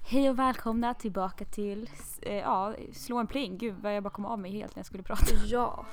Hej och välkomna tillbaka till slå en pling. Gud vad jag bara kom av mig helt när jag skulle prata. Ja.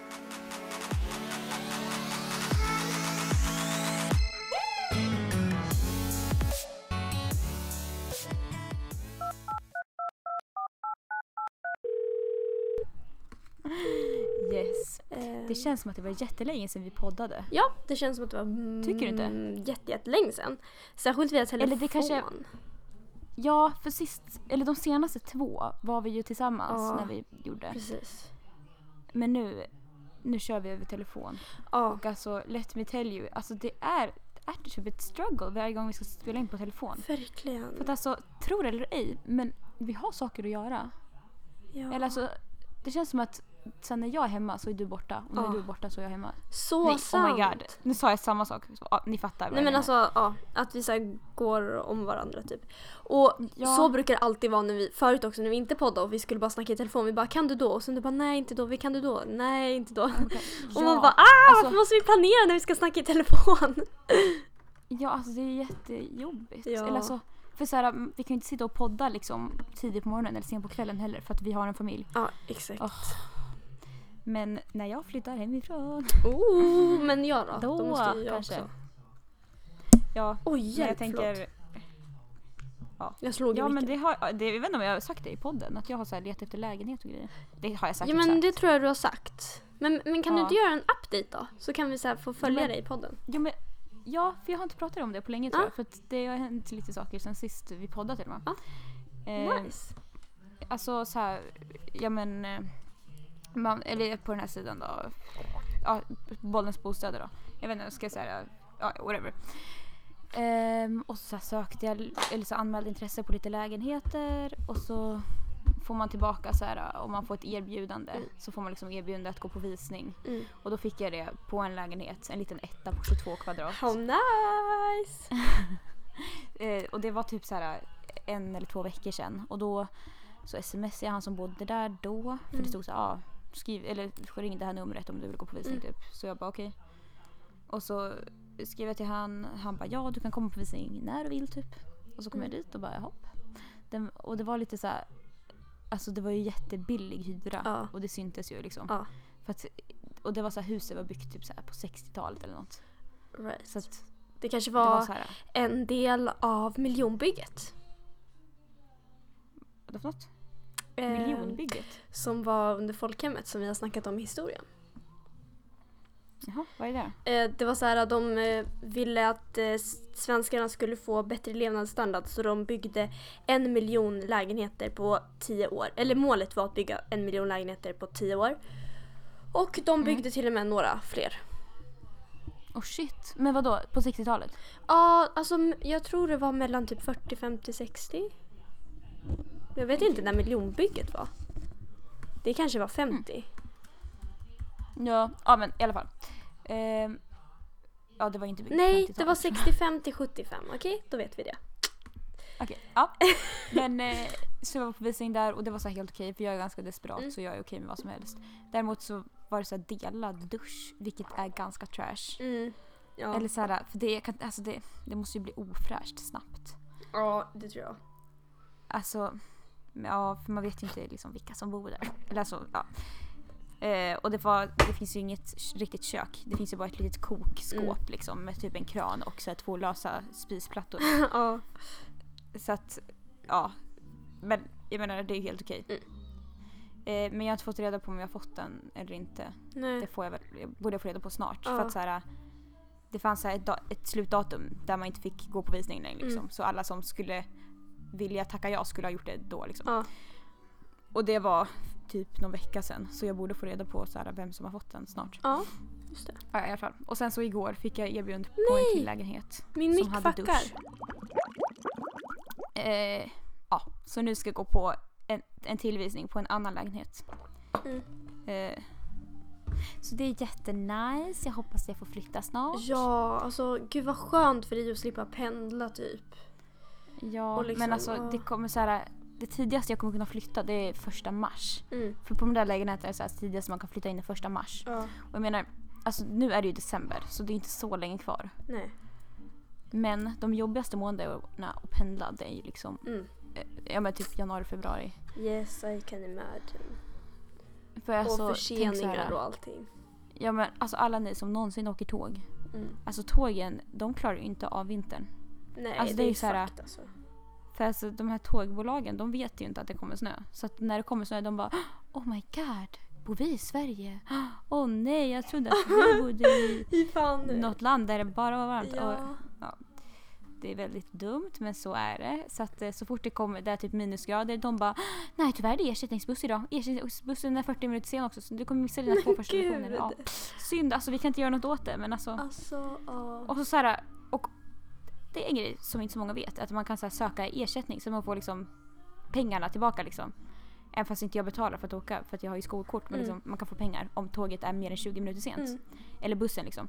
Yes. Det känns som att det var jättelänge sedan vi poddade. Ja, det känns som att det var Tycker du inte? Jättelänge sedan. Särskilt via telefon. Eller det kanske... Ja, för de senaste 2 var vi ju tillsammans när vi gjorde. Precis. Men nu kör vi över telefon. Ja. Och alltså, let me tell you, alltså det är typ ett struggle varje gång vi ska spela in på telefon. Verkligen. För att alltså, tror eller ej, men vi har saker att göra. Ja. Eller alltså, det känns som att sen när jag är hemma så är du borta. Och när du är borta så är jag hemma. Så sant. Oh my god. Nu sa jag samma sak. Ni fattar. Nej men alltså, att vi så här går om varandra typ. Och så brukar det alltid vara förut också när vi inte poddade och vi skulle bara snacka i telefon. Vi bara, kan du då? Och sen du bara, nej inte då. Kan du då? Nej inte då. Okay. Och man bara, varför måste vi planera när vi ska snacka i telefon? Ja, alltså det är jättejobbigt. Ja. Eller alltså, för så här, vi kan ju inte sitta och podda liksom tidigt på morgonen eller sen på kvällen heller för att vi har en familj. Ja, exakt. Men när jag flyttar hemifrån. Men då måste jag kanske. också. Ja, hjälp, jag tänker... Förlåt. Ja. Jag slog ja, men jag vet inte om jag har sagt det i podden att jag har så här letat efter lägenhet och grejer. Det har jag sagt. Ja, men det tror jag du har sagt. Men kan du inte göra en update då? Så kan vi så här få följa dig i podden. Ja, för jag har inte pratat om det på länge tror jag. För att det har hänt lite saker sen sist vi poddade till och med. Nice. Alltså så här, ja men... eller på den här sidan då. Ja, Bollens bostäder då. Jag vet inte, ska jag säga whatever. Och så sökte jag, eller så anmälde intresse på lite lägenheter och så får man tillbaka så här, om man får ett erbjudande så får man liksom erbjudande att gå på visning. Och då fick jag det på en lägenhet, en liten etta på 22 kvadrat. How nice! Och det var typ så här 1 eller 2 veckor sedan och då så smsade jag han som bodde där då för det stod så här, skriv eller ring det här numret om du vill gå på visning typ. Så jag bara okej. Och så skrev jag till han bara ja du kan komma på visning när du vill typ. Och så kom jag dit och bara hopp. Och det var lite så här, alltså det var ju jättebillig hyra och det syntes ju liksom. För att, och det var så här, huset var byggt typ så här på 60-talet eller något. Right. Så att det kanske var så här, en del av miljonbygget. Vad är det för något? Miljonbygget? Som var under folkhemmet som vi har snackat om i historien. Jaha, vad är det? Det var så här att de ville att svenskarna skulle få bättre levnadsstandard så de byggde 1 miljon lägenheter på 10 år. Eller målet var att bygga 1 miljon lägenheter på 10 år. Och de byggde till och med några fler. Shit. Men vad då? På 60-talet? Ja, alltså jag tror det var mellan typ 40, 50, 60. Jag vet inte när miljonbygget var. Det kanske var 50. Ja, men i alla fall. Det var inte byggt. Nej, 50-talet. det var 65 till 75. Okej, då vet vi det. Okej, ja. Men så jag var på visning där och det var så här helt okej för jag är ganska desperat så jag är okej med vad som helst. Däremot så var det så här delad dusch vilket är ganska trash. Ja. Eller så här, för det måste ju bli ofräscht snabbt. Ja, det tror jag. Alltså, för man vet ju inte liksom vilka som bor där. Eller alltså, och det finns ju inget riktigt kök. Det finns ju bara ett litet kokskåp liksom med typ en kran och så här 2 lösa spisplattor. Så att men jag menar det är ju helt okej. Men jag har inte fått reda på om jag har fått den eller inte. Nej. Det får jag borde få reda på snart för att så här, det fanns så här ett slutdatum där man inte fick gå på visning längre liksom. Så alla som skulle vilja tacka ja skulle ha gjort det då liksom. Och det var typ någon vecka sedan så jag borde få reda på så här, vem som har fått den snart. Ja, just det. Ja, i alla fall. Och sen så igår fick jag erbjudande på en till lägenhet. Min som hade dusch. Så nu ska jag gå på en tillvisning på en annan lägenhet. Så det är jättenice. Jag hoppas jag får flytta snart. Ja, alltså gud vad skönt för dig att slippa pendla typ. Ja, liksom, men alltså det kommer så här. Det tidigaste jag kommer kunna flytta det är 1 mars. För på de där lägenheterna är det så här tidigast man kan flytta in i 1 mars. Och jag menar, alltså nu är det ju december så det är inte så länge kvar. Nej. Men de jobbigaste månaderna att pendla det är ju liksom ja men typ januari, februari. Yes, I can imagine. För alltså, och förseningar och allting. Ja men alltså alla ni som någonsin åker tåg. Alltså tågen, de klarar ju inte av vintern. Nej, alltså, det är så här, fucked alltså. För alltså de här tågbolagen, de vet ju inte att det kommer snö. Så att när det kommer snö, de bara oh my god, bor vi i Sverige? Åh nej, jag trodde att vi bodde i något land där det bara var varmt. Ja. Och, ja, det är väldigt dumt, men så är det. Så att så fort det kommer där typ minusgrader, de bara nej tyvärr det är ersättningsbuss idag. Ersättningsbussen är 40 minuter sen också, så du kommer missa dina 2 första lektioner. Ja. Synd, alltså vi kan inte göra något åt det, men alltså och så här, och det är en grej som inte så många vet, att man kan så här, söka ersättning så man får liksom pengarna tillbaka liksom. Även fast inte jag betalar för att åka, för att jag har ju skolkort, men liksom, man kan få pengar om tåget är mer än 20 minuter sent. Eller bussen liksom.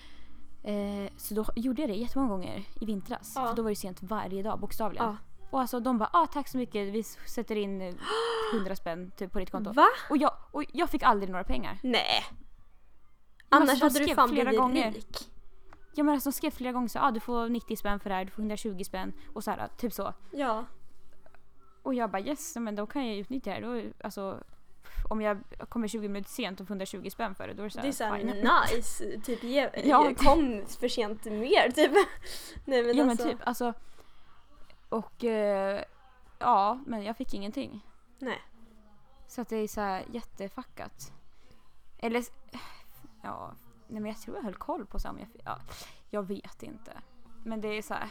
Så då gjorde jag det jättemånga gånger i vintras. För då var det sent varje dag, bokstavligen. Och alltså de bara, tack så mycket, vi sätter in 100 spänn typ på ditt konto. Va? Och jag fick aldrig några pengar. Nej. Annars Annars hade du fan blivit gånger. rik. Ja men alltså de skrev flera gånger så du får 90 spänn för det här, du får 120 spänn och så här, typ så. Ja. Och jag bara yes, men då kan jag utnyttja det här. Då, alltså, om jag kommer 20 minuter sent och får 100 spänn för det, då är det så här, det är så här fine. nice. Typ kom för sent mer typ. Nej men ja alltså. men typ, alltså. Och ja, men jag fick ingenting. Nej. Så att det är så här jättefackat. Eller ja, nej men jag tror jag höll koll på så jag vet inte. Men det är så här,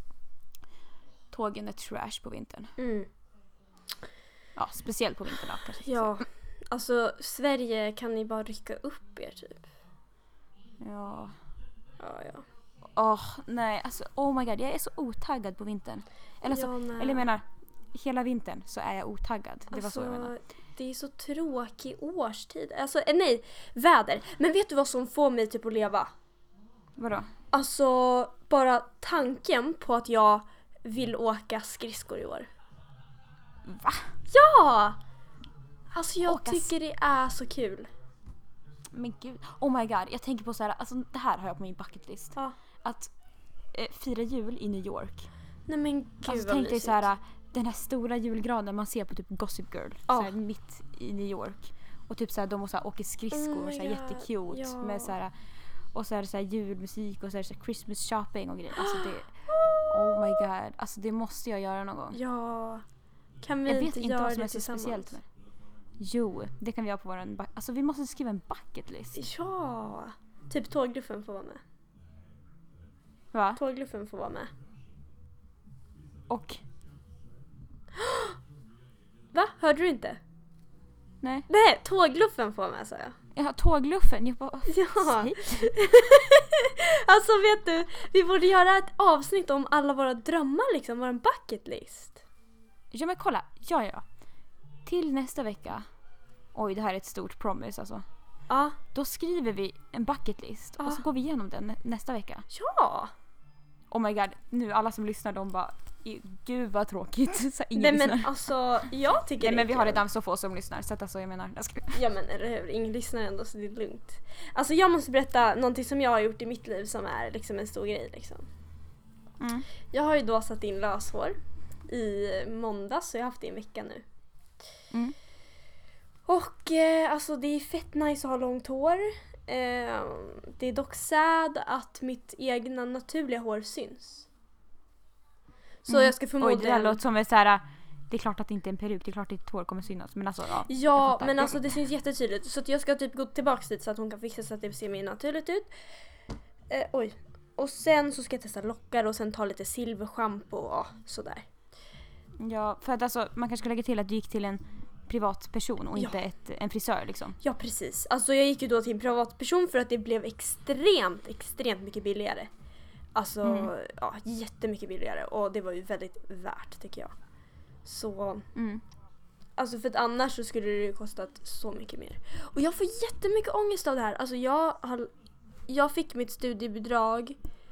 tågen är trash på vintern. Ja, speciellt på vintern då, kanske. Ja. Alltså Sverige, kan ni bara rycka upp er typ? Ja. Ja. Nej, alltså oh my god, jag är så otaggad på vintern. Eller jag menar hela vintern så är jag otaggad. Det var så jag menar. Det är så tråkig årstid. Alltså nej, väder. Men vet du vad som får mig typ att leva? Vadå? Alltså bara tanken på att jag vill åka skridskor i år. Va? Ja! Alltså jag tycker det är så kul. Men gud, oh my god, jag tänker på så här, alltså det här har jag på min bucketlist. Ja. Att fira jul i New York. Nej men gud alltså, vad tänk dig mysigt. så här, den här stora julgranen man ser på typ Gossip Girl, så här, mitt i New York. Och typ så här, de och så här, åker skridskor, så här, jättecute med så här, och så är det så här julmusik och så är det så här Christmas shopping och grejer. Alltså det, oh my god, alltså det måste jag göra någon gång. Ja. Kan vi jag inte vet inte göra vad som det är så tillsammans? speciellt med. Jo, det kan vi göra på våran alltså vi måste skriva en bucketlist. Ja. Typ tågluffen får vara med. Va? Tågluffen får vara med. Och va? Hörde du inte? nej, tågluffen får vara med, sa jag. Ja, tågluffen. Jag bara, ja. Alltså vet du, vi borde göra ett avsnitt om alla våra drömmar liksom, vår bucket list. Ja men kolla, ja. Till nästa vecka. Oj, det här är ett stort promise alltså. Ja. Då skriver vi en bucket list och så går vi igenom den nästa vecka. Ja. Oh my god, nu alla som lyssnar de bara gud vad tråkigt. Så ingen nej lyssnar. men alltså, jag tycker nej, men vi har kul. redan så få som lyssnar så att alltså jag menar ja men eller hur, ingen lyssnar ändå så det är lugnt. Alltså jag måste berätta någonting som jag har gjort i mitt liv som är liksom en stor grej liksom. Jag har ju då satt in löshår i måndags, så jag har haft det i en vecka nu. Och alltså det är fett nice att ha långt hår. Det är dock sad att mitt egna naturliga hår syns. Så jag ska förmodligen... Oj, det där låter som är så här. Det är klart att det inte är en peruk, det är klart att ditt hår kommer synas. Men alltså, ja men alltså det syns jättetydligt. Så att jag ska typ gå tillbaka dit så att hon kan fixa så att det ser mer naturligt ut. Oj. Och sen så ska jag testa lockar och sen ta lite silverschampo och sådär. Ja, för att alltså man kanske ska lägga till att du gick till en privatperson och inte en frisör liksom. Ja, precis. Alltså jag gick ju då till en privatperson för att det blev extremt mycket billigare. Alltså, jättemycket billigare. Och det var ju väldigt värt, tycker jag. Så, alltså för att annars så skulle det ju kostat så mycket mer. Och jag får jättemycket ångest av det här. Alltså jag fick mitt studiebidrag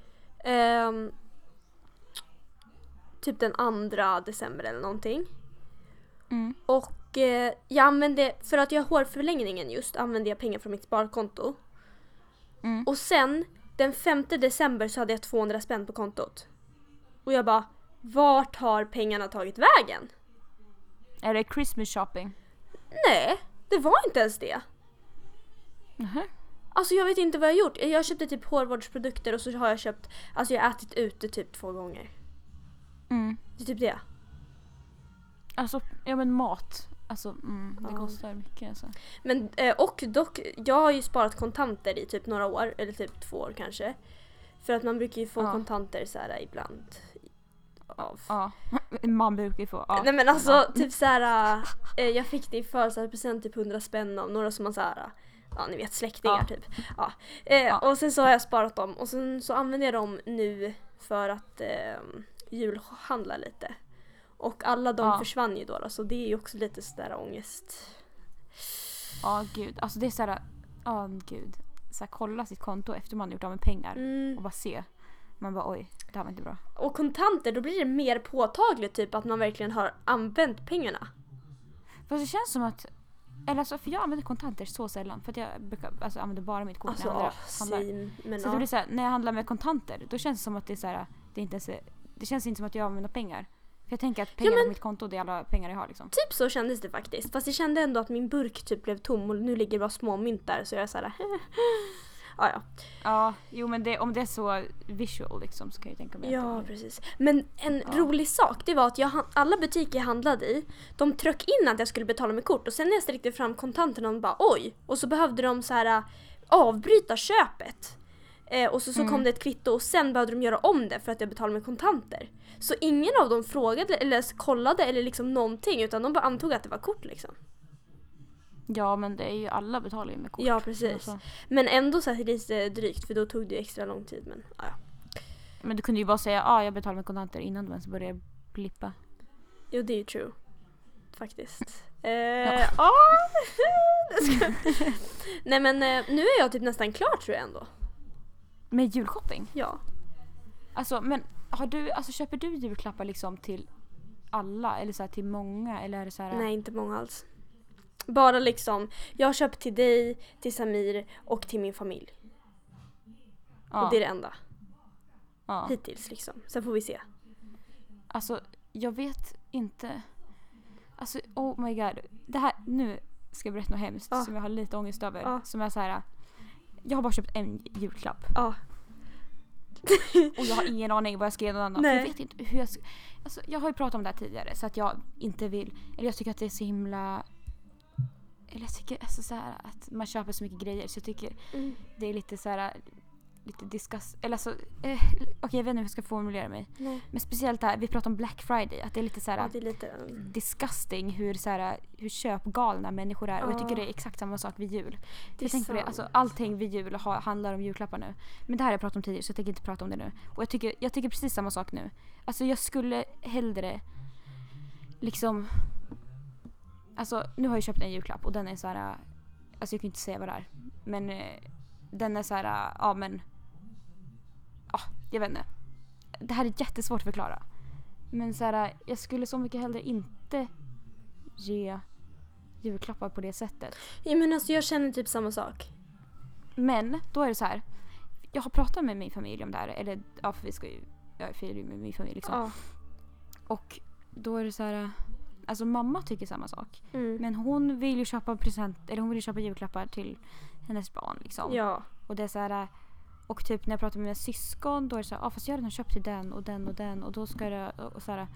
typ den 2 december eller någonting. Och jag använde, för att jag har hårförlängningen just, använde jag pengar från mitt sparkonto. Och sen den 5 december så hade jag 200 spänn på kontot. Och jag bara, vart har pengarna tagit vägen? Är det Christmas shopping? Nej, det var inte ens det. Alltså jag vet inte vad jag har gjort. Jag köpte typ hårvårdsprodukter och så har jag köpt, alltså jag har ätit ute typ 2 gånger. Det är typ det. Alltså, ja men mat. Alltså, det kostar mycket alltså. Men, och dock, jag har ju sparat kontanter i typ några år, eller typ 2 år kanske. För att man brukar ju få kontanter så här ibland. Ja, man brukar ju få. Nej men alltså, typ så här, jag fick det i födelsedagspresent typ 100 spänn av några som man så här, ja ni vet släktingar typ. Och sen så har jag sparat dem och sen så använder jag dem nu för att julhandla lite. Och alla de försvann ju då, så det är ju också lite sådär ångest. Ja, gud. Alltså det är såhär, gud. Såhär, kolla sitt konto efter man har gjort av med pengar och bara se. Man bara, oj, det här var inte bra. Och kontanter, då blir det mer påtagligt typ att man verkligen har använt pengarna. Fast det känns som att, eller alltså, för jag använder kontanter så sällan. För att jag brukar använder bara mitt kort alltså, när jag handlar. Så det blir såhär, när jag handlar med kontanter, då känns det som att det är såhär, det känns inte som att jag använder pengar. För jag tänker att pengar på mitt konto, det är alla pengar jag har liksom. Typ så kändes det faktiskt. Fast jag kände ändå att min burk typ blev tom och nu ligger det bara små mynt där. Så jag är såhär, Ja, jo men om det är så visual liksom så kan jag tänka mig. Ja, precis. Men en rolig sak, det var att alla butiker jag handlade i, de tryckte in att jag skulle betala med kort. Och sen när jag sträckte fram kontanterna och bara, oj. Och så behövde de så här avbryta köpet. Och så kom det ett kvitto och sen behövde de göra om det för att jag betalade med kontanter. Så ingen av dem frågade eller kollade eller liksom någonting, utan de bara antog att det var kort liksom. Ja, men det är ju alla betalar ju med kort. Ja, precis. Men ändå så här lite drygt, för då tog det extra lång tid. Men, ja. Men du kunde ju bara säga, jag betalar med kontanter innan du ens började blippa. Jo, det är ju true. Faktiskt. Nej, men nu är jag typ nästan klar tror jag ändå. Med julshopping? Ja. Alltså, men köper du julklappar liksom till alla eller så här till många eller är det så här? Nej, inte många alls. Bara liksom, jag har köpt till dig, till Samir och till min familj. Och det är det enda. Hittills liksom. Sen får vi se. Alltså, jag vet inte. Alltså, oh my god. Det här, nu ska jag berätta något hemskt som jag har lite ångest över. Som är så här. Jag har bara köpt en julklapp. Och jag har ingen aning vad jag ska ge någon annan. Jag vet inte hur jag har ju pratat om det här tidigare. Så att jag inte vill. Eller jag tycker att det är så himla. Eller jag tycker alltså så här att man köper så mycket grejer. Så jag tycker det är lite så här. Lite eller alltså, okej, jag vet inte hur jag ska formulera mig. Men speciellt där, vi pratar om Black Friday. Att det är lite så här, det är lite disgusting hur köpgalna människor är. Och jag tycker det är exakt samma sak vid jul. Jag tänker på det, alltså, allting vid jul handlar om julklappar nu. Men det här har jag pratat om tidigare så jag tänker inte prata om det nu. Och jag tycker precis samma sak nu. Alltså jag skulle hellre liksom. Alltså nu har jag köpt en julklapp och den är så här. Alltså jag kan inte säga vad det är. Men den är så här, jag vet inte. Det här är jättesvårt att förklara. Men så här, jag skulle så mycket hellre inte ge julklappar på det sättet. Ja, men alltså jag känner typ samma sak. Men då är det så här. Jag har pratat med min familj om det här. Eller för vi ska ju fira med min familj liksom. Och då är det så här. Alltså mamma tycker samma sak. Men hon vill ju köpa hon vill ju köpa julklappar till hennes barn liksom. Ja. Och det är så här. Och typ när jag pratar med mina syskon då är det så här, fast jag har redan köpt till den och den och den och då ska det och så här.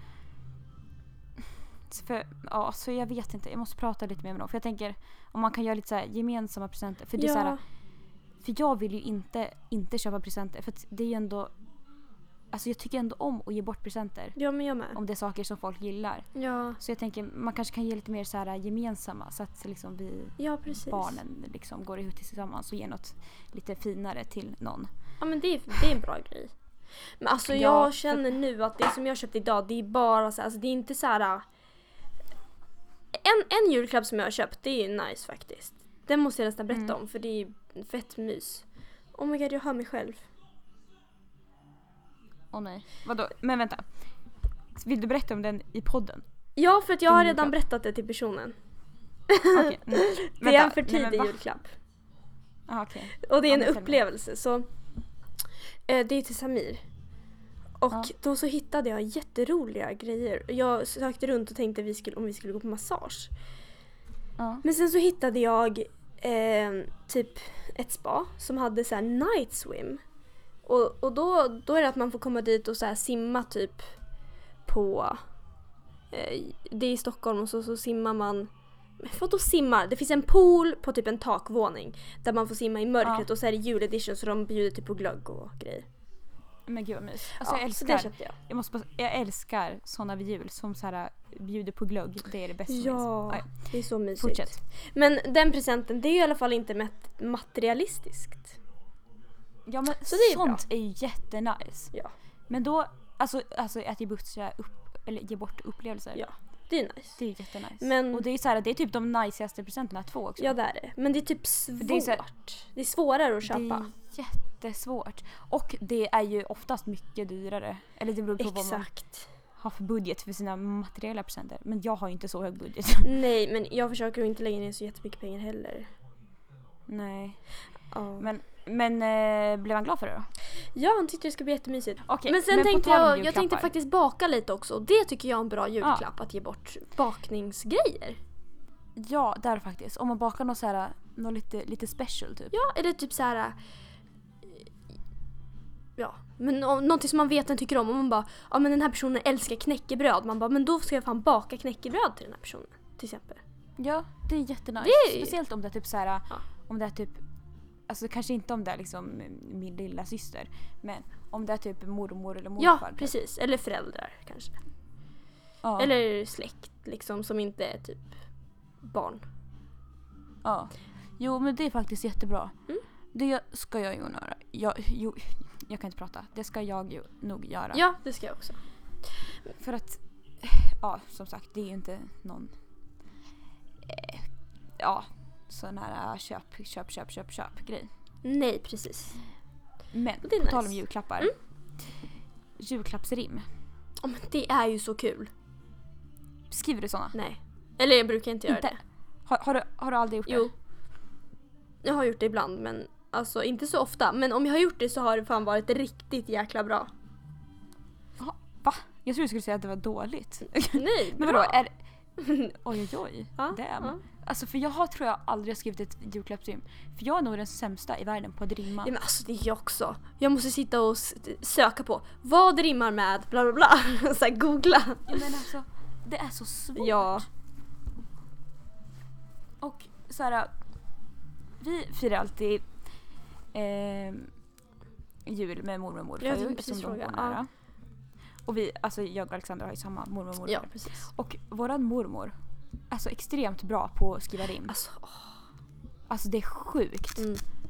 Så jag vet inte, jag måste prata lite med dem för jag tänker om man kan göra lite så här gemensamma presenter för det är så här, för jag vill ju inte köpa presenter för att det är ju ändå alltså jag tycker ändå om att ge bort presenter. Ja, men jag med. Om det är saker som folk gillar. Ja. Så jag tänker man kanske kan ge lite mer så här gemensamma så att liksom barnen liksom går ihop tillsammans och ger något lite finare till någon. Ja, men det är en bra grej. Men alltså jag känner nu att det som jag köpt idag det är bara så alltså det är inte så här en julklapp som jag har köpt det är nice faktiskt. Den måste jag nästan berätta om för det är fett mys. Oh my god, jag hör mig själv. Nej. Vadå? Men vänta. Vill du berätta om den i podden? Ja, för att jag har redan berättat det till personen. Okay. Det är en för tidig julklapp. Okay. Och det är en upplevelse. Så det är till Samir. Och då så hittade jag jätteroliga grejer. Jag sökte runt och tänkte om vi skulle gå på massage. Men sen så hittade jag typ ett spa som hade så här night swim. Och då är det att man får komma dit och så här simma typ på... det är i Stockholm och så simmar man... Vadå simmar? Det finns en pool på typ en takvåning där man får simma i mörkret och så är det juledition så de bjuder typ på glögg och grejer. Men gud vad mys. Alltså jag älskar, det köpte jag. Jag älskar såna vid jul som så här bjuder på glögg. Det är det bästa. Ja, det är så mysigt. Fortsätt. Men den presenten, det är i alla fall inte materialistiskt. Ja, men så det är sånt bra. Är ju jättenice. Ja. Men då, alltså att ge bort upplevelser. Ja, det är nice. Det är jättenice. Men, och det är så här, det är typ de najsigaste presenterna 2 också. Ja, det är det. Men det är typ svårt. Det är svårare att köpa. Det är jättesvårt. Och det är ju oftast mycket dyrare. Eller det beror på vad man har för budget för sina materiella presenter. Men jag har ju inte så hög budget. Nej, men jag försöker inte lägga ner så jättemycket pengar heller. Nej. Men blev han glad för det då? Ja, han tyckte det skulle bli jättemysigt. Okay, men sen tänkte jag tänkte faktiskt baka lite också. Och det tycker jag är en bra julklapp, att ge bort bakningsgrejer. Ja, där faktiskt. Om man bakar något så här, något lite special typ. Ja, eller typ så här. Ja, men någonting som man vet den tycker om. Och man bara, ja men den här personen älskar knäckebröd. Man bara, men då ska jag fan baka knäckebröd till den här personen, till exempel. Ja, det är jättenice. Speciellt om det är typ så här, om det är typ, alltså kanske inte om det är liksom min lilla syster, men om det är typ mormor eller morfar. Ja, precis. Eller föräldrar kanske. Ja. Eller släkt liksom som inte är typ barn. Ja. Jo, men det är faktiskt jättebra. Det ska jag ju göra. Jag kan inte prata. Det ska jag ju nog göra. Ja, det ska jag också. För att, som sagt, det är ju inte någon sån här köp grej. Nej, precis. Men på tal om julklappar. Julklappsrim. Men det är ju så kul. Skriver du såna? Nej. Eller jag brukar inte göra det. Har du aldrig gjort det? Jo. Jag har gjort det ibland, men alltså inte så ofta. Men om jag har gjort det så har det fan varit riktigt jäkla bra. Va? Jag tror du skulle säga att det var dåligt. Nej, men vadå? Oj. Ja, damn. Ja. Alltså för jag tror jag aldrig har skrivit ett julklappsrim. För jag är nog den sämsta i världen på att rimma. Ja, men alltså det är jag också. Jag måste sitta och söka på vad rimmar med bla bla bla. Så här, googla. Ja, men alltså det är så svårt. Ja. Och så här, vi firar alltid jul med mormor och morfar. Jag tänkte precis fråga. Ja. Och jag och Alexandra har ju samma mormor och morfar. Ja, precis. Och våran mormor är så extremt bra på att skriva rim. Alltså det är sjukt.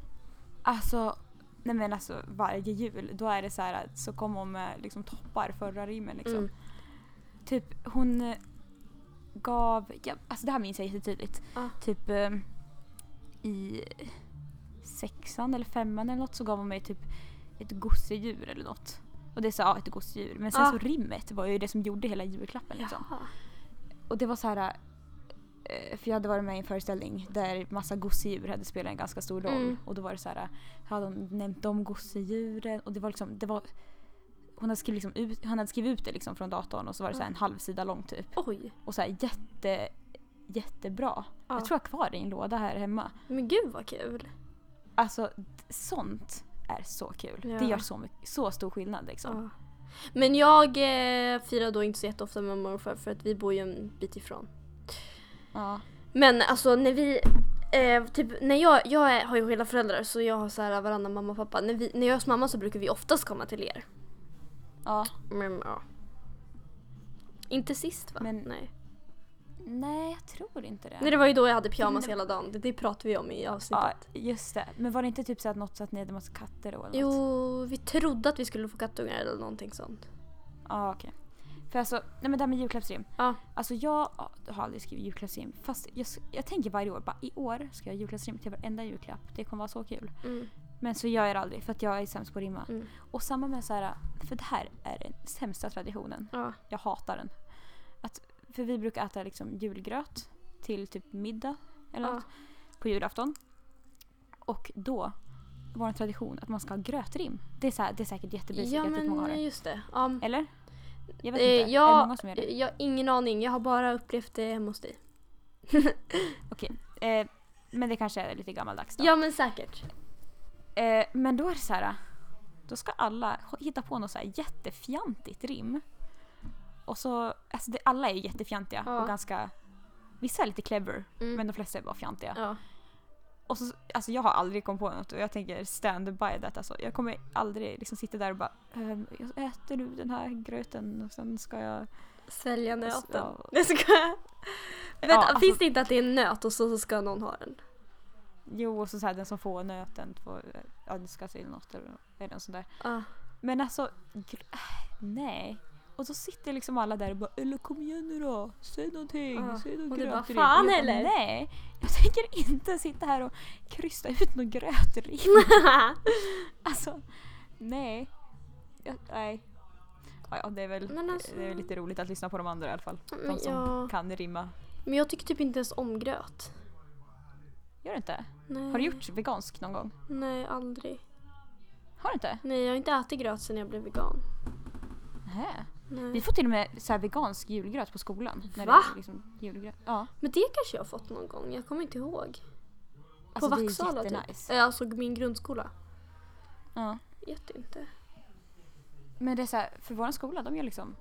Nej men alltså varje jul då är det så här, så kommer hon med liksom toppar förra rimmen liksom. Typ hon gav, alltså det här minns jag jättetydligt. Typ i 6:an eller 5:an eller något så gav hon mig typ ett gosedjur eller något. Och det sa ett gosedjur. Men sen så rimmet var ju det som gjorde hela julklappen liksom. Och det var så här, för jag hade varit med i en föreställning där massa gosedjur hade spelat en ganska stor roll. Och då var det så här, hade hon nämnt de gosedjuren och det var liksom, hon hade skrivit ut det liksom från datorn och så var det så här en halv sida lång typ. Oj. Och så här jättebra. Jag tror jag kvar i en låda här hemma. Men gud vad kul. Alltså sånt är så kul. Det gör så stor skillnad liksom. Men jag firar då inte så jätteofta med morfar för att vi bor ju en bit ifrån. Men alltså när vi typ när jag har ju skilda föräldrar så jag har så här varannan mamma och pappa. När jag är hos mamma så brukar vi oftast komma till er. Men inte sist va? Men nej, jag tror inte det. Nej, det var ju då jag hade pyjamas hela dagen. Det pratade vi om i avsnittet. Ja, just det. Men var det inte typ så att något så att ni hade massa katter då? Eller jo, vi trodde att vi skulle få kattungar eller någonting sånt. Okej. För alltså, nej men det här med julklappsrim. Alltså jag har aldrig skrivit julklappsrim. Fast jag tänker varje år, bara i år ska jag julklappsrim till varenda julklapp. Det kommer vara så kul. Men så gör jag det aldrig för att jag är sämst på att rimma. Och samma med så här, för det här är den sämsta traditionen. Jag hatar den. För vi brukar äta liksom julgröt till typ middag eller något på julafton. Och då vår tradition att man ska ha grötrim. Det är säkert jättebasic. Ja, jag tror att många har men det. just det. Eller? Jag vet inte. Är det många som gör det? Jag har ingen aning. Jag har bara upplevt det hemma hos dig. Okej. Men det kanske är lite gammaldags då. Ja, men säkert. Men då är det så här. Då ska alla hitta på något så här jättefjantigt rim. Och så, alltså alla är ju jättefjantiga och ganska, vissa är lite clever, men de flesta är bara fjantiga. Ja. Och så, alltså jag har aldrig kommit på något och jag tänker stand by that. Alltså, jag kommer aldrig liksom sitta där och bara jag äter nu den här gröten och sen ska jag svälja nöten. Ja. Det ska jag. Vänta, alltså, finns det inte att det är en nöt och så ska någon ha den? Jo, och så här, den som får nöten får önska sig något eller något sånt där. Ja. Men alltså, nej. Och så sitter liksom alla där och bara, eller kom igen nu då, säg någonting, säg någon och du bara, grötrim. fan Och jag eller? bara, nej, jag tänker inte sitta här och krysta ut någon grötrim. Alltså, nej. Nej. Ja, det är väl alltså, det är lite roligt att lyssna på de andra i alla fall. De Men som kan rimma. Men jag tycker typ inte ens om gröt. Gör du inte? Nej. Har du gjort vegansk någon gång? Nej, aldrig. Har du inte? Nej, jag har inte ätit gröt sedan jag blev vegan. Nej. Nej. Vi får till och med så här vegansk julgröt på skolan. När Va? det är liksom julgröt. Ja. Men det kanske jag har fått någon gång. Jag kommer inte ihåg. Alltså, på det är Vaxala jättenice. typ. Alltså min grundskola. Ja. Vet inte. Men det är så här, för våran skola, de gör liksom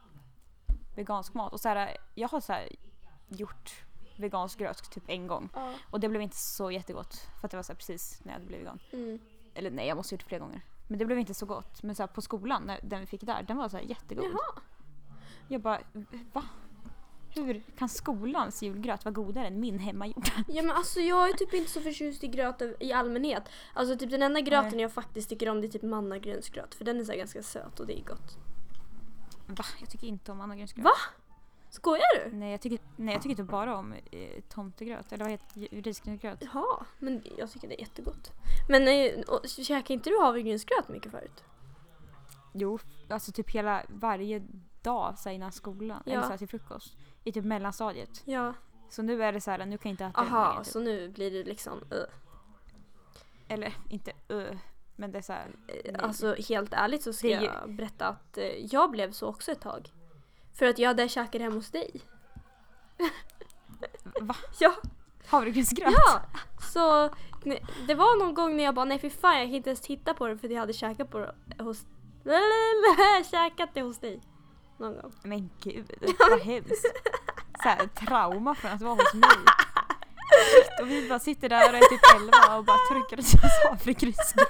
vegansk mat. Och så här, jag har så här gjort vegansk gröt typ en gång. Ja. Och det blev inte så jättegott. För att det var så här precis när jag hade blivit vegan. Mm. Eller nej, jag måste ha gjort det flera gånger. Men det blev inte så gott. Men så här, på skolan, den vi fick där, den var så här jättegod. Jaha. Jag bara, va? Hur kan skolans julgröt vara godare än min hemmagjorda? Ja, men alltså jag är typ inte så förtjust i gröt i allmänhet. Alltså typ den enda gröten Nej. jag faktiskt tycker om, det är typ mannagrynsgröt. För den är så här ganska söt och det är gott. Va? Jag tycker inte om mannagrynsgröt. Va? Skojar du? Nej, jag tycker inte bara om tomtegröt. Eller vad heter risgrynsgröt? Jaha, men jag tycker det är jättegott. Men käkar inte du havregrynsgröt mycket förut? Jo, alltså typ varje dag så här innan skolan. Ja. Eller så här till frukost. I typ mellanstadiet. Ja. Så nu är det så här, nu kan jag inte äta det Aha, längre, typ. så nu blir det liksom... Eller inte men det är så här. Nej. Alltså helt ärligt så ska Det är ju- jag berätta att jag blev så också ett tag. För att jag hade käkat hemma hos dig. Va? Ja. Havregrynsgröt? Ja, så det var någon gång när jag bara, nej för fan, jag kan inte ens titta på det för att jag hade käkat på det hos... käkat det hos dig. Någon gång. Men gud, vad hemskt. Så här, trauma från att vara hos mig. Shit, och vi bara sitter där och är typ 11 och bara trycker oss havregrynsgröt.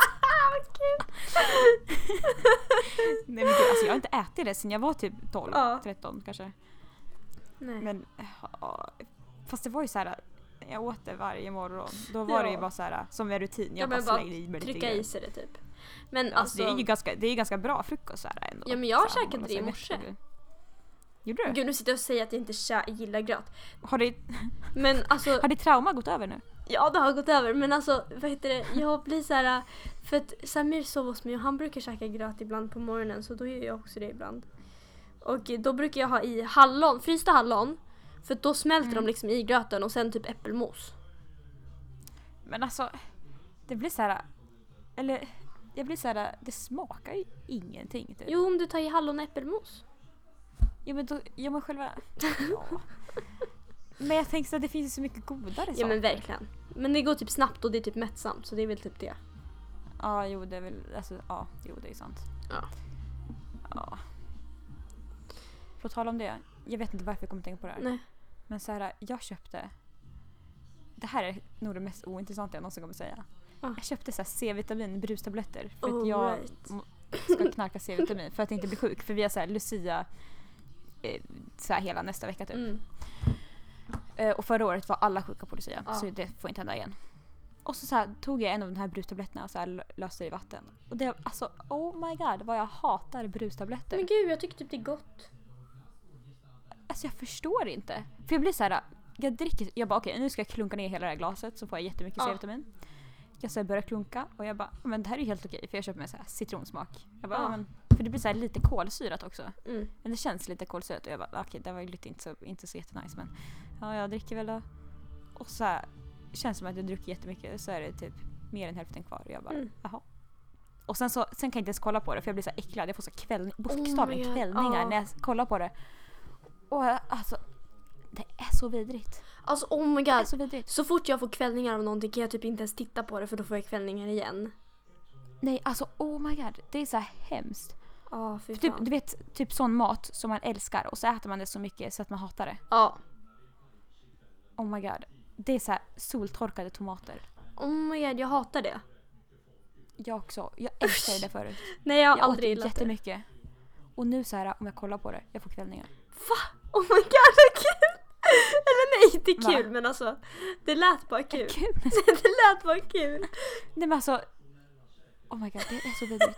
Nej men gud, alltså jag har inte ätit det sen jag var typ 12, Ja. 13 kanske. Nej. Men fast det var ju så här, jag åt det varje morgon. Då var det ju bara så här som en rutin. Jag bara slängde i mig lite trycka grann. i sig det typ. Men Alltså, det är ju ganska bra frukost så här ändå. Ja, men jag har Så här, käkat man det i så här morse. mättad. Gjorde du? Gud, nu sitter jag och säger att jag inte gillar gröt. Men alltså, Har ditt trauma gått över nu? ja, det har gått över. Men alltså, vad heter det? Jag blir så här, för att Samir sover hos mig och han brukar käka gröt ibland på morgonen, så då gör jag också det ibland. Och då brukar jag ha i frysta hallon, för då smälter de liksom i gröten, och sen typ äppelmos. Men alltså, det blir så här, eller jag blir så här, det smakar ju ingenting typ. Jo, om du tar i hallon och äppelmos. Ja men då, ja men själva, ja. Men jag tänker så att det finns så mycket godare saker. Ja, men verkligen. Men det går typ snabbt och det är typ mättsamt, så det är väl typ det. Ja, jo det är väl, alltså, ja, jo det är sant. Ja. Ja. På tal om det, jag vet inte varför jag kommer tänka på det här. Nej. Men så här, jag köpte, det här är nog det mest ointressanta jag någonsin kommer säga. Jag köpte så här C-vitamin brustabletter för att jag ska knarka C-vitamin för att inte bli sjuk, för vi har så här Lucia så här hela nästa vecka typ. Och förra året var alla sjuka på Lucia, så det får inte hända igen. Och så här, tog jag en av de här brustabletterna och så här löste det i vatten. Och det, alltså, oh my god, vad jag hatar brustabletter. Men gud, jag tycker typ det är gott. Alltså jag förstår inte. För jag blir så här, jag bara okej, nu ska jag klunka ner hela det här glaset så får jag jättemycket C-vitamin. Jag så börjar klunka och jag bara, men det här är ju helt okej, för jag köper med så här citronsmak. Jag bara, men, för det blir så här lite kolsyrat också. Men det känns lite kolsyrat och jag bara, okej, det var ju lite inte så jättenice, men ja, jag dricker väl då. Och så här, känns som att jag druckit jättemycket, så är det typ mer än hälften kvar. Och jag bara, jaha. Och sen kan jag inte ens kolla på det för jag blir så äcklad. Jag får så bokstavligen kvällningar när jag kollar på det. Och alltså, det är så vidrigt. Alltså oh my god. Så, så fort jag får kvällningar av någonting kan jag typ inte ens titta på det för då får jag kvällningar igen. Nej, alltså oh my god. Det är så här hemskt. Typ, du vet, typ sån mat som man älskar och så äter man det så mycket så att man hatar det. Ja. Oh my god. Det är så här soltorkade tomater. Oh my god, jag hatar det. Jag också. Jag älskar det förut. Nej, jag har aldrig gillat jättemycket. Och nu så här, om jag kollar på det, jag får kvällningar. Va? Oh my god, vad kul! Eller nej, inte kul, men alltså det lät bara kul. Det lät bara kul. Nej men alltså, oh my god, det är så vidrigt.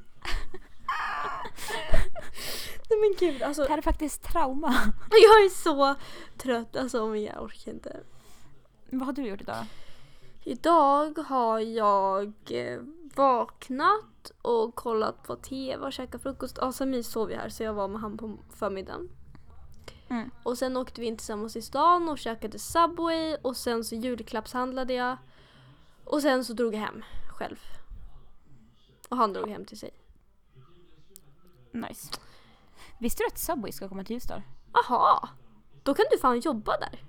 Nej men gud, alltså. Det här är faktiskt trauma. Jag är så trött, alltså men jag orkar inte. Vad har du gjort idag? Idag har jag vaknat och kollat på tv och käkat frukost. Samir sov ju här så jag var med han på förmiddagen. Och sen åkte vi in tillsammans i stan och käkade Subway och sen så julklappshandlade jag. Och sen så drog jag hem själv. Och han drog hem till sig. Nice. Visste du att Subway ska komma till Ljusdal? Aha. Då kan du fan jobba där.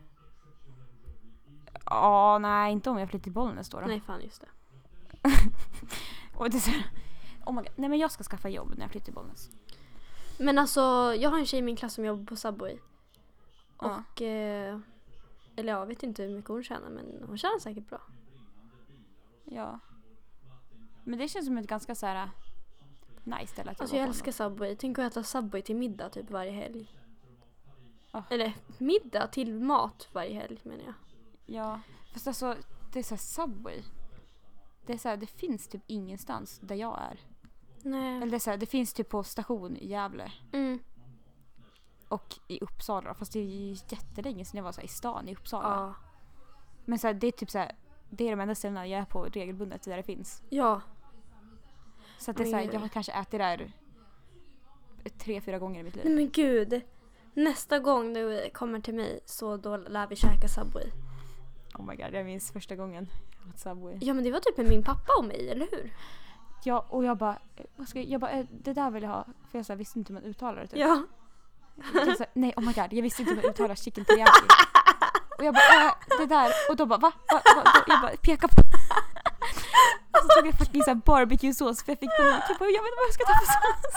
Ja, nej, inte om jag flyttar till Bollnäs då. Nej, fan just det. Och det är så, oh my god. Nej men jag ska skaffa jobb när jag flyttar till Bollnäs. Men alltså, jag har en tjej i min klass som jobbar på Subway. Och eller jag vet inte hur mycket hon tjänar, men hon tjänar säkert bra. Ja. Men det känns som ett ganska så här nice ställe att alltså jag älskar Subway. Tänk att äta Subway till middag typ varje helg. Eller middag till mat varje helg menar jag. Ja, fast alltså det är så här Subway. Det är så här, det finns typ ingenstans där jag är. Nej. Eller det är så här, det finns typ på station i Gävle. Och i Uppsala, fast det är ju jättelänge sedan jag var så här, i stan i Uppsala. Ja. Men så här, det är typ så här, det är de enda ställena jag är på regelbundet där det finns. Ja. Så att det är så här, jag har kanske ätit där 3-4 gånger i mitt liv. Nej men gud. Nästa gång du kommer till mig så då lär vi käka Subway. Oh my god, jag minns första gången jag åt Subway. Ja men det var typ med min pappa och mig, eller hur? Ja, och jag bara det där vill jag ha. För jag så här, visste inte hur man uttalar det typ. Ja. Jag så här, nej, oh my god, jag visste inte hur man uttalar chicken teriyaki. Och jag bara, det där. Och då bara, va? Jag bara, peka på. Och så tog jag faktiskt så här barbecue-sås för jag fick panik. Jag bara, jag vet inte vad jag ska ta för sås.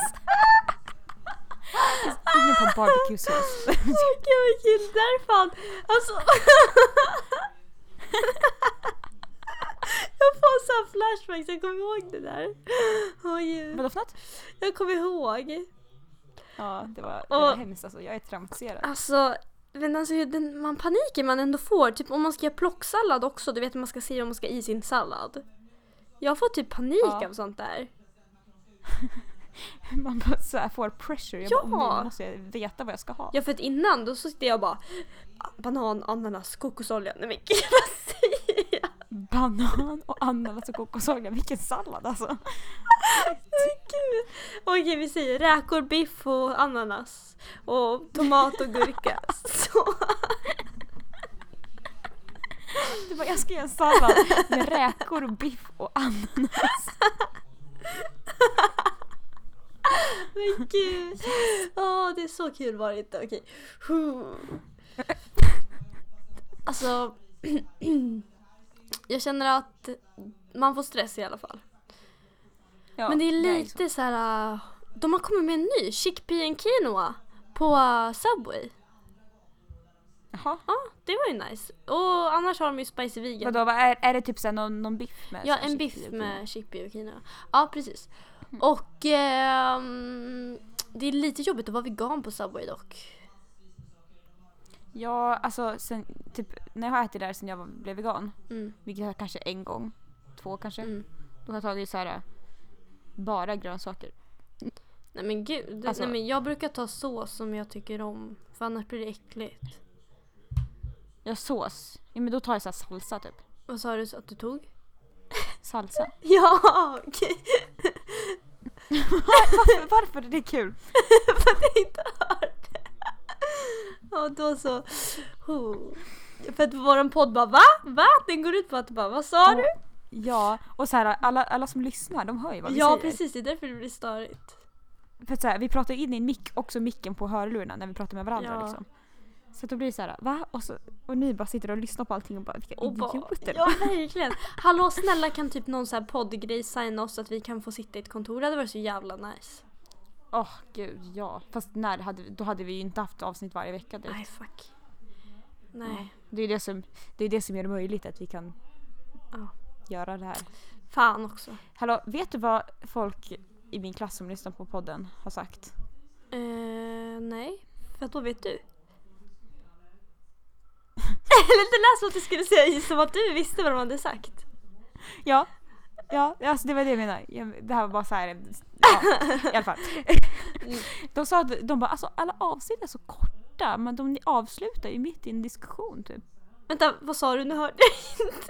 Ingen tar barbecue-sås. Gud vad kul, där fan. Alltså. Jag får så här flashbacks, jag kommer ihåg det där. Vadå för något? Jag kommer ihåg. Ja, det var hemskt alltså. Jag är traumatiserad. Alltså, men alltså man paniken man ändå får. Typ om man ska göra plocksallad också. Du vet man ska se om man ska i sin sallad. Jag får typ panik av sånt där. Man bara så här får pressure. Jag bara, nu måste jag veta vad jag ska ha. Ja, för att innan då så sitter jag bara banan, ananas, kokosolja. Nej men gud, vad säger jag? Banan och ananas och kokosolja. Vilken sallad alltså. Okej, vi säger räkor, biff och ananas. Och tomat och gurka. Så. Du bara, jag ska göra en sallad med räkor, biff och ananas. Men gud. Det är så kul var det inte. Okej. Alltså jag känner att man får stress i alla fall. Ja, men det är lite så här. De har kommit med en ny chickpea and quinoa på Subway. Jaha. Ja, det var ju nice. Och annars har de ju spicy vegan. Vadå, är det typ så här någon biff med? Ja, en biff med chickpea och quinoa. Ja, precis. Och det är lite jobbigt att vara vegan på Subway dock. Ja, alltså sen, typ, när jag har ätit där sen jag blev vegan, vilket jag kanske 1 gång, 2 kanske, då har jag tagit så här bara grönsaker. Nej men gud, alltså, nej, men jag brukar ta sås som jag tycker om, för annars blir det äckligt. Ja, sås. Ja, men då tar jag så här salsa typ. Vad sa du så att du tog? Salsa. Ja, okej. Varför är det kul? För att jag inte hört det. Ja, då så. För att våran podd bara, va? Den går ut på att bara, vad sa du? Ja, och så här, alla som lyssnar, de hör ju vad vi säger. Ja, precis. Det är därför det blir störigt. För att så här, vi pratar in i en mick, också micken på hörlurarna när vi pratar med varandra liksom. Så då blir det så här, va? Och ni bara sitter och lyssnar på allting och bara, vilka idioter. Ja, verkligen. Hallå, snälla, kan typ någon så här poddgrej signa oss så att vi kan få sitta i ett kontor? Det hade varit så jävla nice. Gud, ja. Fast då hade vi ju inte haft avsnitt varje vecka. Direkt. Nej, fuck. Nej. Ja, det är det som gör det möjligt att vi kan göra det här. Fan också. Hallå, vet du vad folk i min klass som lyssnar på podden har sagt? Nej. För att då vet du. Eller det lät som att du skulle säga som att du visste vad de hade sagt. Ja, alltså det var det jag menade. Det här var bara så här, i alla fall. De sa att de bara, alltså alla avsnitt är så korta, men de avslutar ju mitt i en diskussion typ. Vänta, vad sa du? Nu hörde jag inte.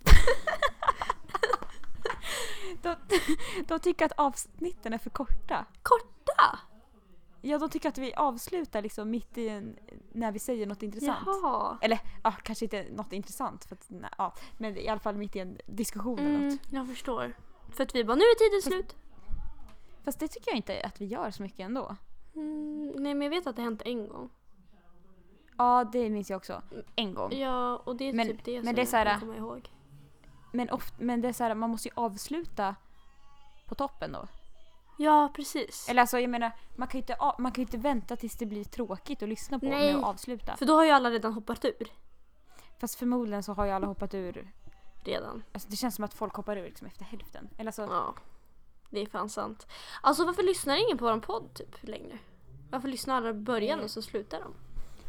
De tycker att avsnitten är för korta. Korta? Ja, de tycker att vi avslutar liksom mitt i när vi säger något intressant. Jaha. Eller kanske inte något intressant för att, men i alla fall mitt i en diskussion eller något. Jag förstår. För att vi bara, nu är tiden slut. Fast det tycker jag inte att vi gör så mycket ändå. Nej, men jag vet att det hänt en gång. Ja, det minns jag också. En gång. Ja, och det är typ det som det är så här, jag kommer ihåg. Men det är så här, man måste ju avsluta på toppen då. Ja, precis. Eller alltså, jag menar, man kan ju inte vänta tills det blir tråkigt att lyssna på med att avsluta. För då har ju alla redan hoppat ur. Fast förmodligen så har ju alla hoppat ur redan. Alltså, det känns som att folk hoppar ur liksom efter hälften. Eller så. Ja, det är fan sant. Alltså, varför lyssnar ingen på vår podd typ längre? Varför lyssnar alla i början och så slutar de?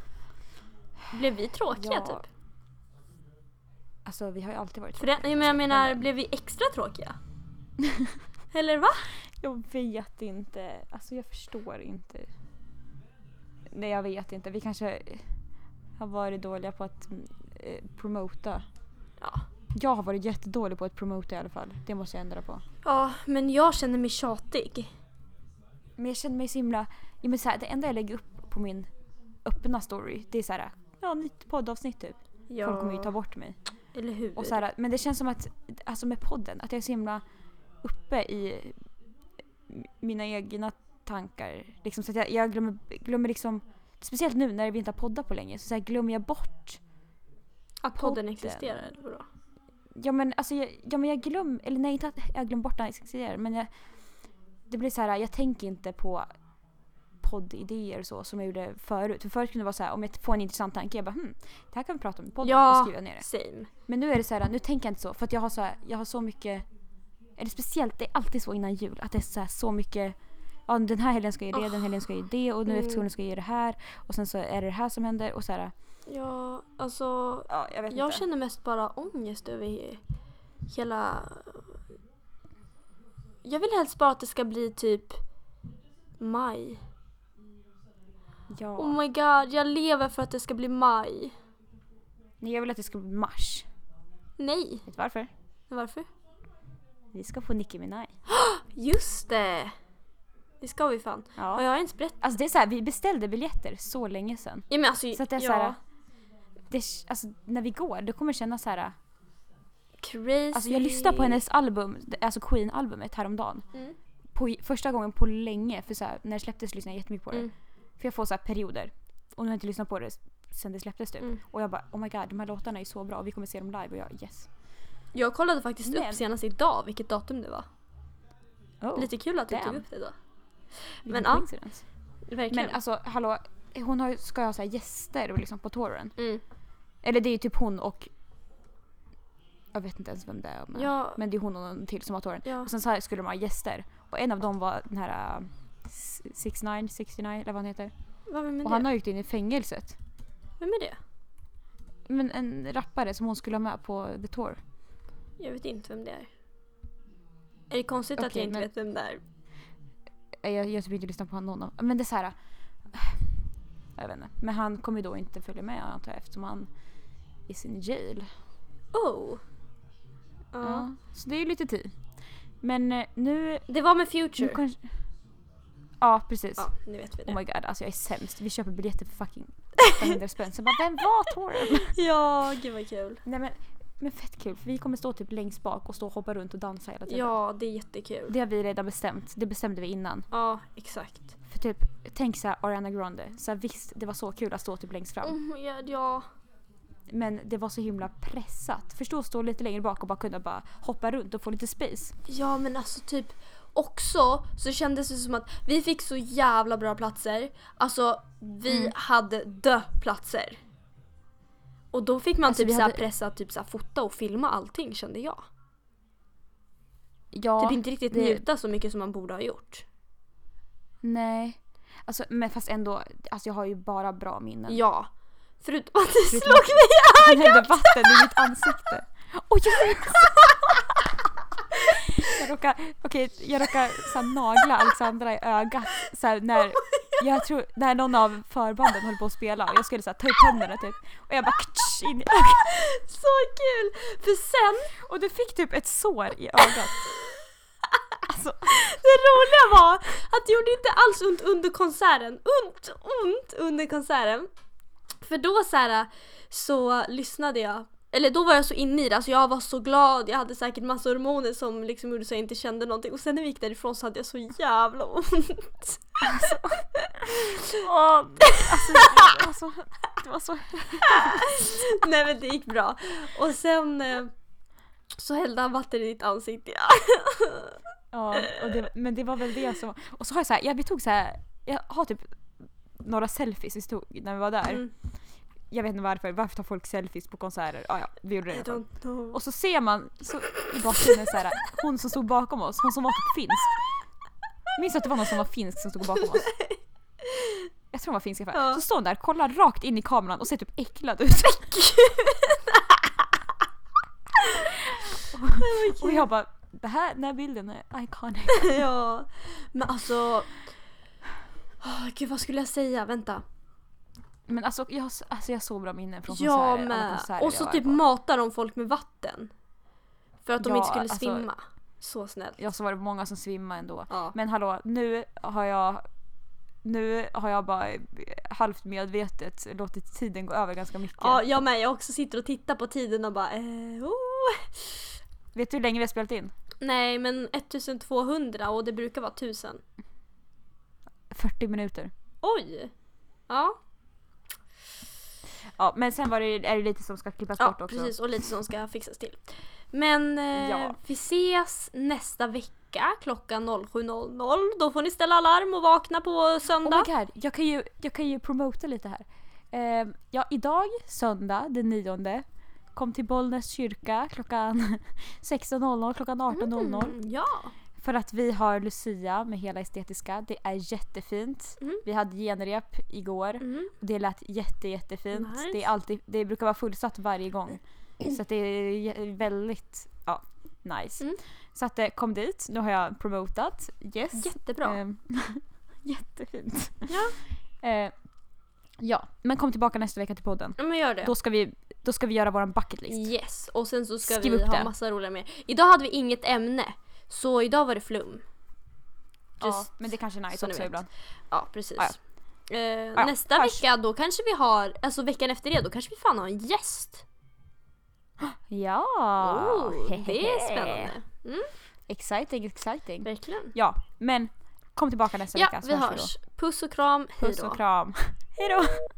Blev vi tråkiga typ? Alltså, vi har ju alltid varit tråkiga. Jag menar, blev vi extra tråkiga? Eller va? Jag vet inte. Alltså, jag förstår inte. Nej, jag vet inte. Vi kanske har varit dåliga på att promota. Ja. Jag har varit jättedålig på att promota i alla fall. Det måste jag ändra på. Ja, men jag känner mig tjatig. Men jag känner mig så himla... Ja, men så här, det enda jag lägger upp på min öppna story, det är så här, nytt poddavsnitt typ. Ja. Folk kommer ju ta bort mig. Eller hur? Och så här, men det känns som att, alltså med podden, att jag är så himla uppe i mina egna tankar. Liksom, så att jag glömmer liksom, speciellt nu när vi inte har poddat på länge, så här, glömmer jag bort att podden existerar. Bra. Ja, men alltså jag glömmer, eller nej, inte att jag glömmer bort att den existerar, men det blir så här, jag tänker inte på poddidéer så som jag gjorde förut. För förut kunde det vara så här, om jag får en intressant tanke, jag bara, det här kan vi prata om i podden och skriva ner det. Same. Men nu är det så här, nu tänker jag inte så, för att jag har så mycket, eller speciellt, det är alltid så innan jul, att det är så mycket, den här helgen ska jag göra det, den helgen ska jag göra det, och nu efter skolan ska jag göra det här, och sen så är det här som händer, och så här. Ja, alltså jag känner mest bara ångest över hela. Jag vill helst bara att det ska bli typ maj. Ja. Oh my god, jag lever för att det ska bli maj. Nej, jag vill att det ska bli mars. Nej. Vet du varför? Varför? Vi ska få Nicki Minaj. Just det. Det ska vi fan. Ja. Och jag har ens berättat. Alltså det är så här, vi beställde biljetter så länge sedan. Ja, men alltså, så att det är så här, alltså när vi går, då kommer det kännas så här crazy. Alltså jag lyssnade på hennes album, alltså Queen-albumet häromdagen. Första gången på länge, för så här, när det släpptes lyssnade jag jättemycket på det. För jag får så här perioder. Och nu har jag inte lyssnat på det sen det släpptes typ. Och jag bara, oh my god, de här låtarna är så bra och vi kommer se dem live, och jag, yes. Jag kollade faktiskt upp senast idag vilket datum det var. Lite kul att du tog upp det då. Men ja, verkligen. Men alltså, hallå, ska ha så här gäster liksom på touren. Eller det är ju typ hon och jag vet inte ens vem det är, men det är hon och någon till som har touren. Och sen så här skulle de ha gäster, och en av dem var den här 69 eller vad han heter. Och han har ju gått in i fängelset. Vem är det? Men en rappare som hon skulle ha med på The Tour. Jag vet inte vem det är. Är det konstigt att jag inte vet vem det är? Jag typ inte lyssna på någon. Men det är så här, jag vet inte. Men han kommer ju då inte följa med, antar jag, eftersom han är i sin jail. Ja, så det är ju lite tid. Men nu... Det var med Future. Ja, precis. Ja, nu vet vi det. Oh my god, alltså jag är sämst. Vi köper biljetter för fucking 500 spänn. Så bara, vem var touren? Ja, gud vad kul. Nej, men Men fett kul, för vi kommer stå typ längst bak och stå och hoppa runt och dansa hela tiden. Ja, det är jättekul. Det har vi redan bestämt. Det bestämde vi innan. Ja, exakt. För typ, tänk så här Ariana Grande. Så här, visst, det var så kul att stå typ längst fram. Oh my god, ja. Men det var så himla pressat. Förstå att stå lite längre bak och bara kunna bara hoppa runt och få lite space. Ja, men alltså typ också så kändes det som att vi fick så jävla bra platser. Alltså, vi hade platser. Och då fick man Alltså, typ vi så här hade... pressa, typ så här fota och filma allting, kände jag. Ja, typ inte riktigt njuta så mycket som man borde ha gjort. Nej. Alltså, men fast ändå, alltså jag har ju bara bra minnen. Ja. Förutom att det slog mig i Han hällde ögat. vatten i mitt ansikte. Oj, jag råkar så här, nagla Alexandra i ögat så här, när någon av förbanden höll på att spela och jag skulle så här, ta upp händerna typ och jag bara in i ögat. Så kul! För sen och du fick typ ett sår i ögat. Alltså. Det roliga var att det gjorde inte alls ont under konserten. Ont under konserten. För då så lyssnade jag. Eller då var jag så inne i det. Alltså jag var så glad. Jag hade säkert massa hormoner som liksom gjorde så jag inte kände någonting. Och sen när vi gick därifrån så hade jag så jävla ont. Alltså, det var så... Nej, men det gick bra. Och sen så hällde han vatten i ditt ansikte. Ja, men det var väl det som... Och så har jag så här, vi tog så här... Jag har typ några selfies vi tog när vi var där. Jag vet inte varför tar folk selfies på konserter? Ja, vi gjorde det. Och så ser man så, i bakgrunden så här, hon som stod bakom oss, hon som var typ finsk. Minns att det var någon som var finsk som stod bakom oss? Jag tror hon var finsk i alla fall. Ja. Så står hon där, kollar rakt in i kameran och ser typ äcklad ut. Och jag bara, den här bilden är iconic. Ja, men alltså... Gud, vad skulle jag säga? Vänta. Men alltså jag har så bra minnen från Ja, konserter. med. Och så typ matar de folk med vatten. För att de inte skulle svimma. Så snällt. Ja, så var det många som svimmade ändå. Ja. Men hallå, nu har jag bara halvt medvetet låtit tiden gå över ganska mycket. Ja, jag med. Jag också sitter och tittar på tiden och bara... Vet du hur länge vi har spelat in? Nej, men 1200 och det brukar vara 1000. 40 minuter. Oj! Ja. Ja, men sen är det lite som ska klippas bort också. Ja, precis. Och lite som ska fixas till. Men vi ses nästa vecka klockan 07.00. Då får ni ställa alarm och vakna på söndag. Oh my god, jag kan ju promota lite här. Ja, idag, söndag den 9, kom till Bollnäs kyrka klockan 16.00, klockan 18.00. Ja. För att vi har Lucia med hela estetiska. Det är jättefint. Vi hade genrep igår. Och det lät jättefint. Nice. Det brukar vara fullsatt varje gång. Så att det är väldigt nice. Så att kom dit. Nu har jag promotat. Yes. Jättebra. Jättefint. Ja. Ja, men kom tillbaka nästa vecka till podden. Ja, men gör det. Då ska vi göra våran bucket list. Yes. Och sen så ska Skriv vi upp ha det. massa roliga med. Idag hade vi inget ämne. Så idag var det flum. Ja, men det kanske är nice också ibland. Ja, precis. Ja, nästa vecka då kanske vi har, alltså veckan efter det då kanske vi fan har en gäst. Ja. Det är spännande. Exciting. Verkligen. Ja, men kom tillbaka nästa vecka. Ja, vi hörs. Puss och kram. Hej då. Puss och kram. Hej då.